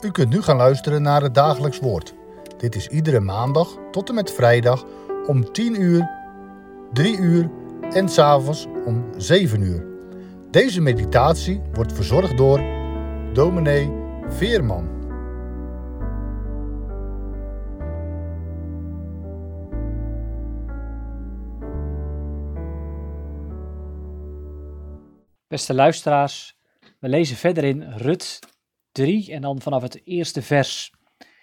U kunt nu gaan luisteren naar het dagelijks woord. Dit is iedere maandag tot en met vrijdag om 10 uur, 3 uur en 's avonds om 7 uur. Deze meditatie wordt verzorgd door dominee Veerman. Beste luisteraars, we lezen verder in Rut 3 en dan vanaf het eerste vers.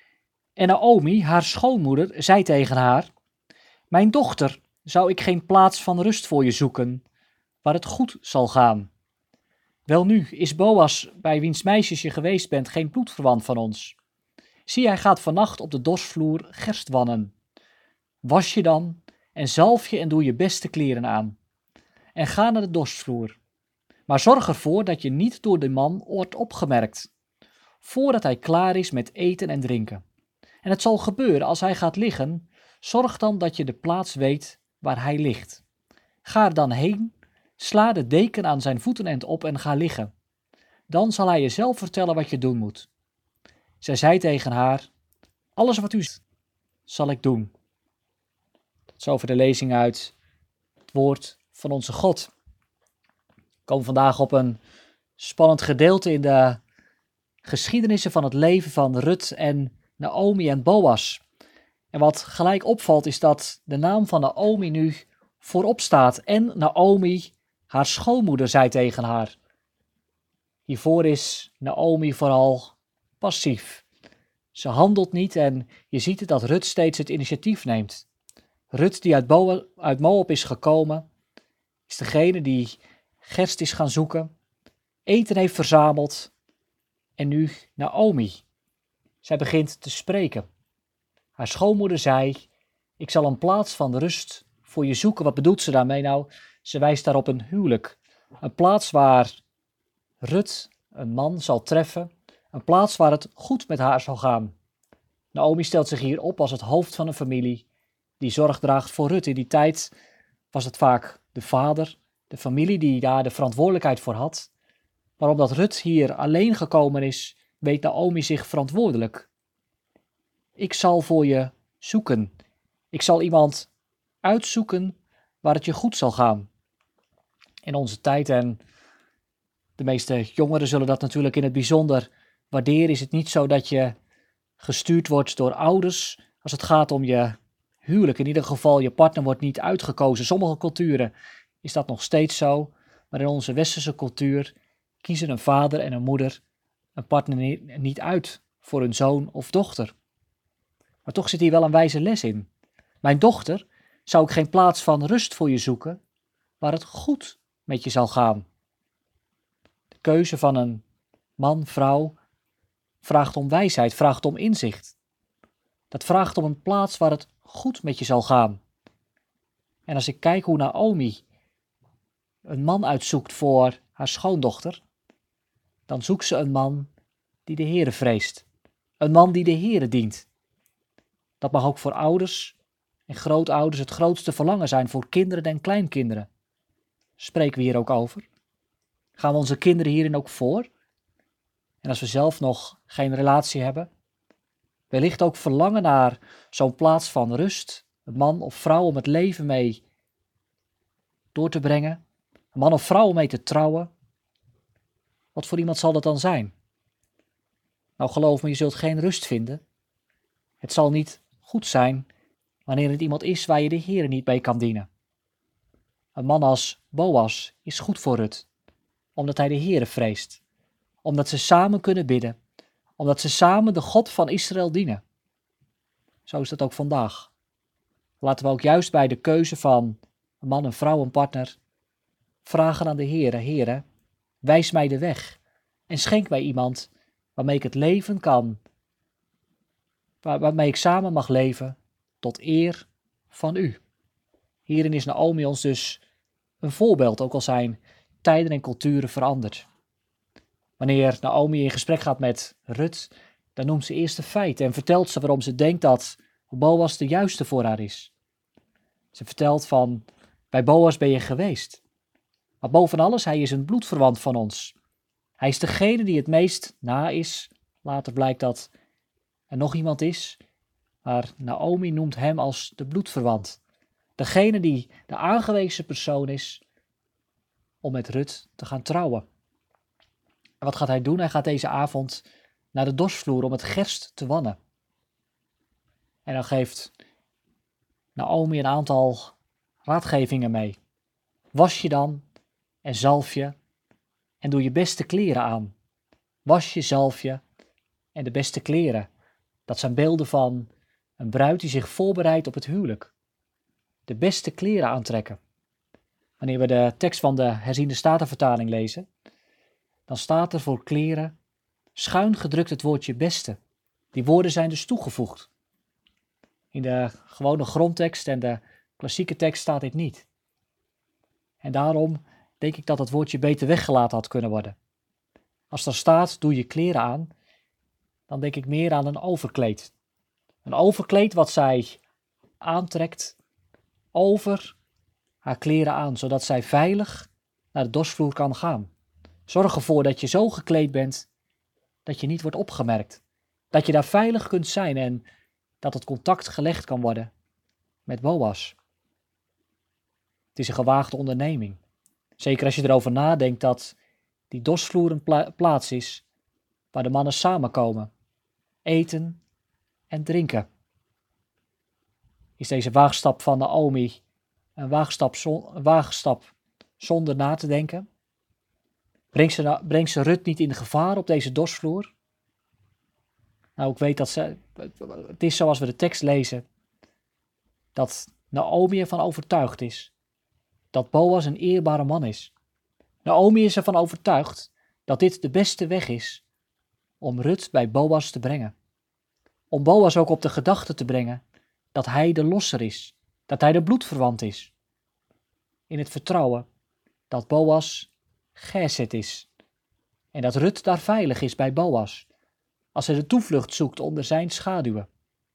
En Naomi, haar schoonmoeder, zei tegen haar: Mijn dochter, zou ik geen plaats van rust voor je zoeken, waar het goed zal gaan? Welnu, is Boas, bij wiens meisjes je geweest bent, geen bloedverwant van ons? Zie, hij gaat vannacht op de dorsvloer gerst wannen. Was je dan, en zalf je en doe je beste kleren aan. En ga naar de dorsvloer. Maar zorg ervoor dat je niet door de man wordt opgemerkt, voordat hij klaar is met eten en drinken. En het zal gebeuren als hij gaat liggen, zorg dan dat je de plaats weet waar hij ligt. Ga er dan heen, sla de deken aan zijn voeteneind op en ga liggen. Dan zal hij je zelf vertellen wat je doen moet. Zij zei tegen haar: Alles wat u zegt, zal ik doen. Tot zover de lezing uit het woord van onze God. We komen vandaag op een spannend gedeelte in de geschiedenissen van het leven van Rut en Naomi en Boas. En wat gelijk opvalt is dat de naam van Naomi nu voorop staat. En Naomi, haar schoonmoeder, zei tegen haar. Hiervoor is Naomi vooral passief. Ze handelt niet en je ziet het dat Rut steeds het initiatief neemt. Rut, die uit Moab is gekomen, is degene die gerst is gaan zoeken, eten heeft verzameld en nu Naomi. Zij begint te spreken. Haar schoonmoeder zei: Ik zal een plaats van rust voor je zoeken. Wat bedoelt ze daarmee nou? Ze wijst daarop een huwelijk. Een plaats waar Rut een man zal treffen. Een plaats waar het goed met haar zal gaan. Naomi stelt zich hier op als het hoofd van een familie die zorg draagt voor Rut. In die tijd was het vaak de vader, de familie die daar de verantwoordelijkheid voor had. Maar omdat Rut hier alleen gekomen is, weet Naomi zich verantwoordelijk. Ik zal voor je zoeken. Ik zal iemand uitzoeken waar het je goed zal gaan. In onze tijd, en de meeste jongeren zullen dat natuurlijk in het bijzonder waarderen, is het niet zo dat je gestuurd wordt door ouders als het gaat om je huwelijk. In ieder geval, je partner wordt niet uitgekozen. Sommige culturen is dat nog steeds zo, maar in onze westerse cultuur kiezen een vader en een moeder een partner niet uit voor hun zoon of dochter. Maar toch zit hier wel een wijze les in. Mijn dochter, zou ik geen plaats van rust voor je zoeken, waar het goed met je zal gaan? De keuze van een man, vrouw, vraagt om wijsheid, vraagt om inzicht. Dat vraagt om een plaats waar het goed met je zal gaan. En als ik kijk hoe Naomi een man uitzoekt voor haar schoondochter, dan zoekt ze een man die de Heere vreest. Een man die de Heere dient. Dat mag ook voor ouders en grootouders het grootste verlangen zijn, voor kinderen en kleinkinderen. Spreken we hier ook over? Gaan we onze kinderen hierin ook voor? En als we zelf nog geen relatie hebben, wellicht ook verlangen naar zo'n plaats van rust, een man of vrouw om het leven mee door te brengen, een man of vrouw om mee te trouwen. Wat voor iemand zal dat dan zijn? Nou, geloof me, je zult geen rust vinden. Het zal niet goed zijn wanneer het iemand is waar je de Heere niet mee kan dienen. Een man als Boas is goed voor Rut, omdat hij de Heere vreest, omdat ze samen kunnen bidden, omdat ze samen de God van Israël dienen. Zo is dat ook vandaag. Laten we ook juist bij de keuze van een man, een vrouw, een partner vragen aan de Heere: Heere, wijs mij de weg en schenk mij iemand waarmee ik het leven kan, waarmee ik samen mag leven tot eer van u. Hierin is Naomi ons dus een voorbeeld, ook al zijn tijden en culturen veranderd. Wanneer Naomi in gesprek gaat met Rut, dan noemt ze eerst de feiten en vertelt ze waarom ze denkt dat Boas de juiste voor haar is. Ze vertelt van: bij Boas ben je geweest. Maar boven alles, hij is een bloedverwant van ons. Hij is degene die het meest na is Later blijkt dat er nog iemand is, maar Naomi noemt hem als de bloedverwant. Degene die de aangewezen persoon is om met Rut te gaan trouwen. En wat gaat hij doen? Hij gaat deze avond naar de dorsvloer om het gerst te wannen. En dan geeft Naomi een aantal raadgevingen mee. Was je dan en zalf je en doe je beste kleren aan. Was je, zalf je en de beste kleren. Dat zijn beelden van een bruid die zich voorbereidt op het huwelijk. De beste kleren aantrekken. Wanneer we de tekst van de herziende statenvertaling lezen, dan staat er voor kleren schuin gedrukt het woordje beste. Die woorden zijn dus toegevoegd. In de gewone grondtekst en de klassieke tekst staat dit niet. En daarom denk ik dat het woordje beter weggelaten had kunnen worden. Als er staat, doe je kleren aan, dan denk ik meer aan een overkleed. Een overkleed wat zij aantrekt over haar kleren aan, zodat zij veilig naar de dorsvloer kan gaan. Zorg ervoor dat je zo gekleed bent dat je niet wordt opgemerkt. Dat je daar veilig kunt zijn en dat het contact gelegd kan worden met Boas. Het is een gewaagde onderneming. Zeker als je erover nadenkt dat die dorsvloer een plaats is waar de mannen samenkomen, eten en drinken. Is deze waagstap van Naomi een waagstap zonder na te denken? Brengt ze Rut niet in gevaar op deze dorsvloer? Nou, ik weet dat het is zoals we de tekst lezen, dat Naomi ervan overtuigd is dat Boas een eerbare man is. Naomi is ervan overtuigd dat dit de beste weg is om Rut bij Boas te brengen. Om Boas ook op de gedachte te brengen dat hij de losser is, dat hij de bloedverwant is. In het vertrouwen dat Boas Geset is en dat Rut daar veilig is bij Boas, als hij de toevlucht zoekt onder zijn schaduwen.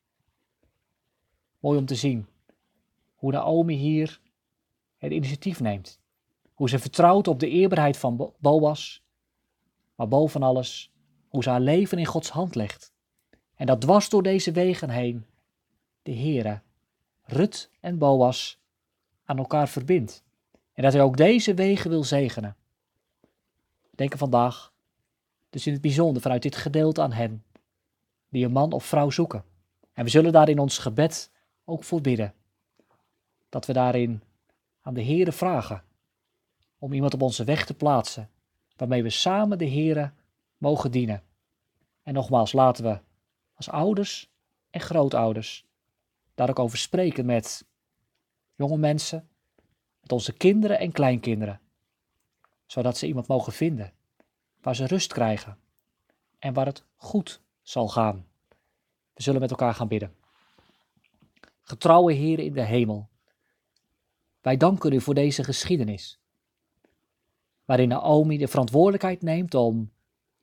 Mooi om te zien hoe Naomi hier het initiatief neemt. Hoe ze vertrouwt op de eerbaarheid van Boas, maar boven alles hoe ze haar leven in Gods hand legt. En dat dwars door deze wegen heen de Heere, Rut en Boas aan elkaar verbindt. En dat hij ook deze wegen wil zegenen. We denken vandaag dus in het bijzonder vanuit dit gedeelte aan hen die een man of vrouw zoeken. En we zullen daar in ons gebed ook voor bidden. Dat we daarin aan de Heere vragen om iemand op onze weg te plaatsen, waarmee we samen de Heere mogen dienen. En nogmaals, laten we als ouders en grootouders daar ook over spreken met jonge mensen, met onze kinderen en kleinkinderen, zodat ze iemand mogen vinden waar ze rust krijgen en waar het goed zal gaan. We zullen met elkaar gaan bidden. Getrouwe Heer in de hemel, wij danken u voor deze geschiedenis, waarin Naomi de verantwoordelijkheid neemt om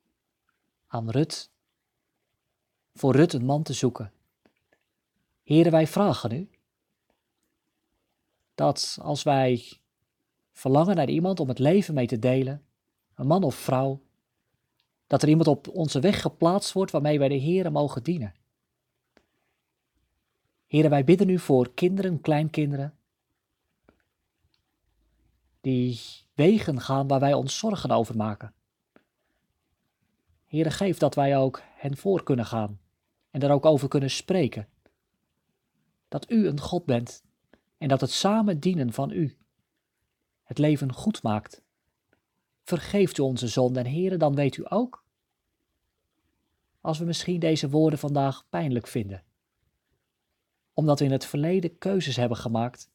voor Rut een man te zoeken. Heere, wij vragen u dat als wij verlangen naar iemand om het leven mee te delen, een man of vrouw, dat er iemand op onze weg geplaatst wordt waarmee wij de Heere mogen dienen. Heere, wij bidden u voor kinderen, kleinkinderen, die wegen gaan waar wij ons zorgen over maken. Heere, geef dat wij ook hen voor kunnen gaan en daar ook over kunnen spreken. Dat u een God bent en dat het samen dienen van u het leven goed maakt. Vergeeft u onze zonde en Heere, dan weet u ook, als we misschien deze woorden vandaag pijnlijk vinden, omdat we in het verleden keuzes hebben gemaakt,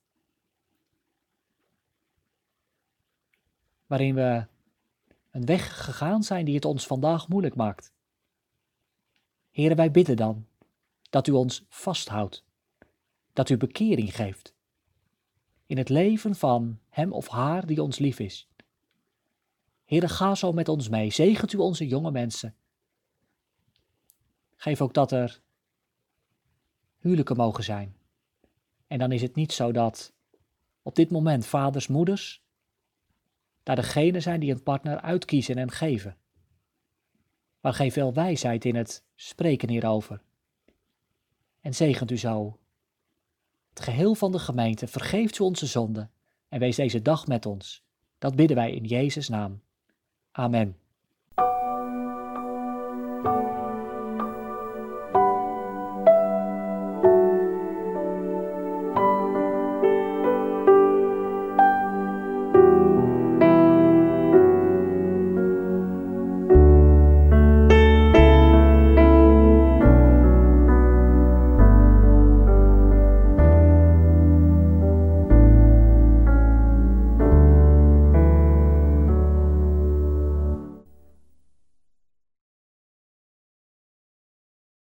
waarin we een weg gegaan zijn die het ons vandaag moeilijk maakt. Heere, wij bidden dan dat u ons vasthoudt, dat u bekering geeft in het leven van hem of haar die ons lief is. Heere, ga zo met ons mee, zegent u onze jonge mensen. Geef ook dat er huwelijken mogen zijn. En dan is het niet zo dat op dit moment vaders, moeders daar degene zijn die een partner uitkiezen en geven. maar geef wel wijsheid in het spreken hierover. En zegent u zo het geheel van de gemeente, vergeeft u onze zonden en wees deze dag met ons. Dat bidden wij in Jezus' naam. Amen.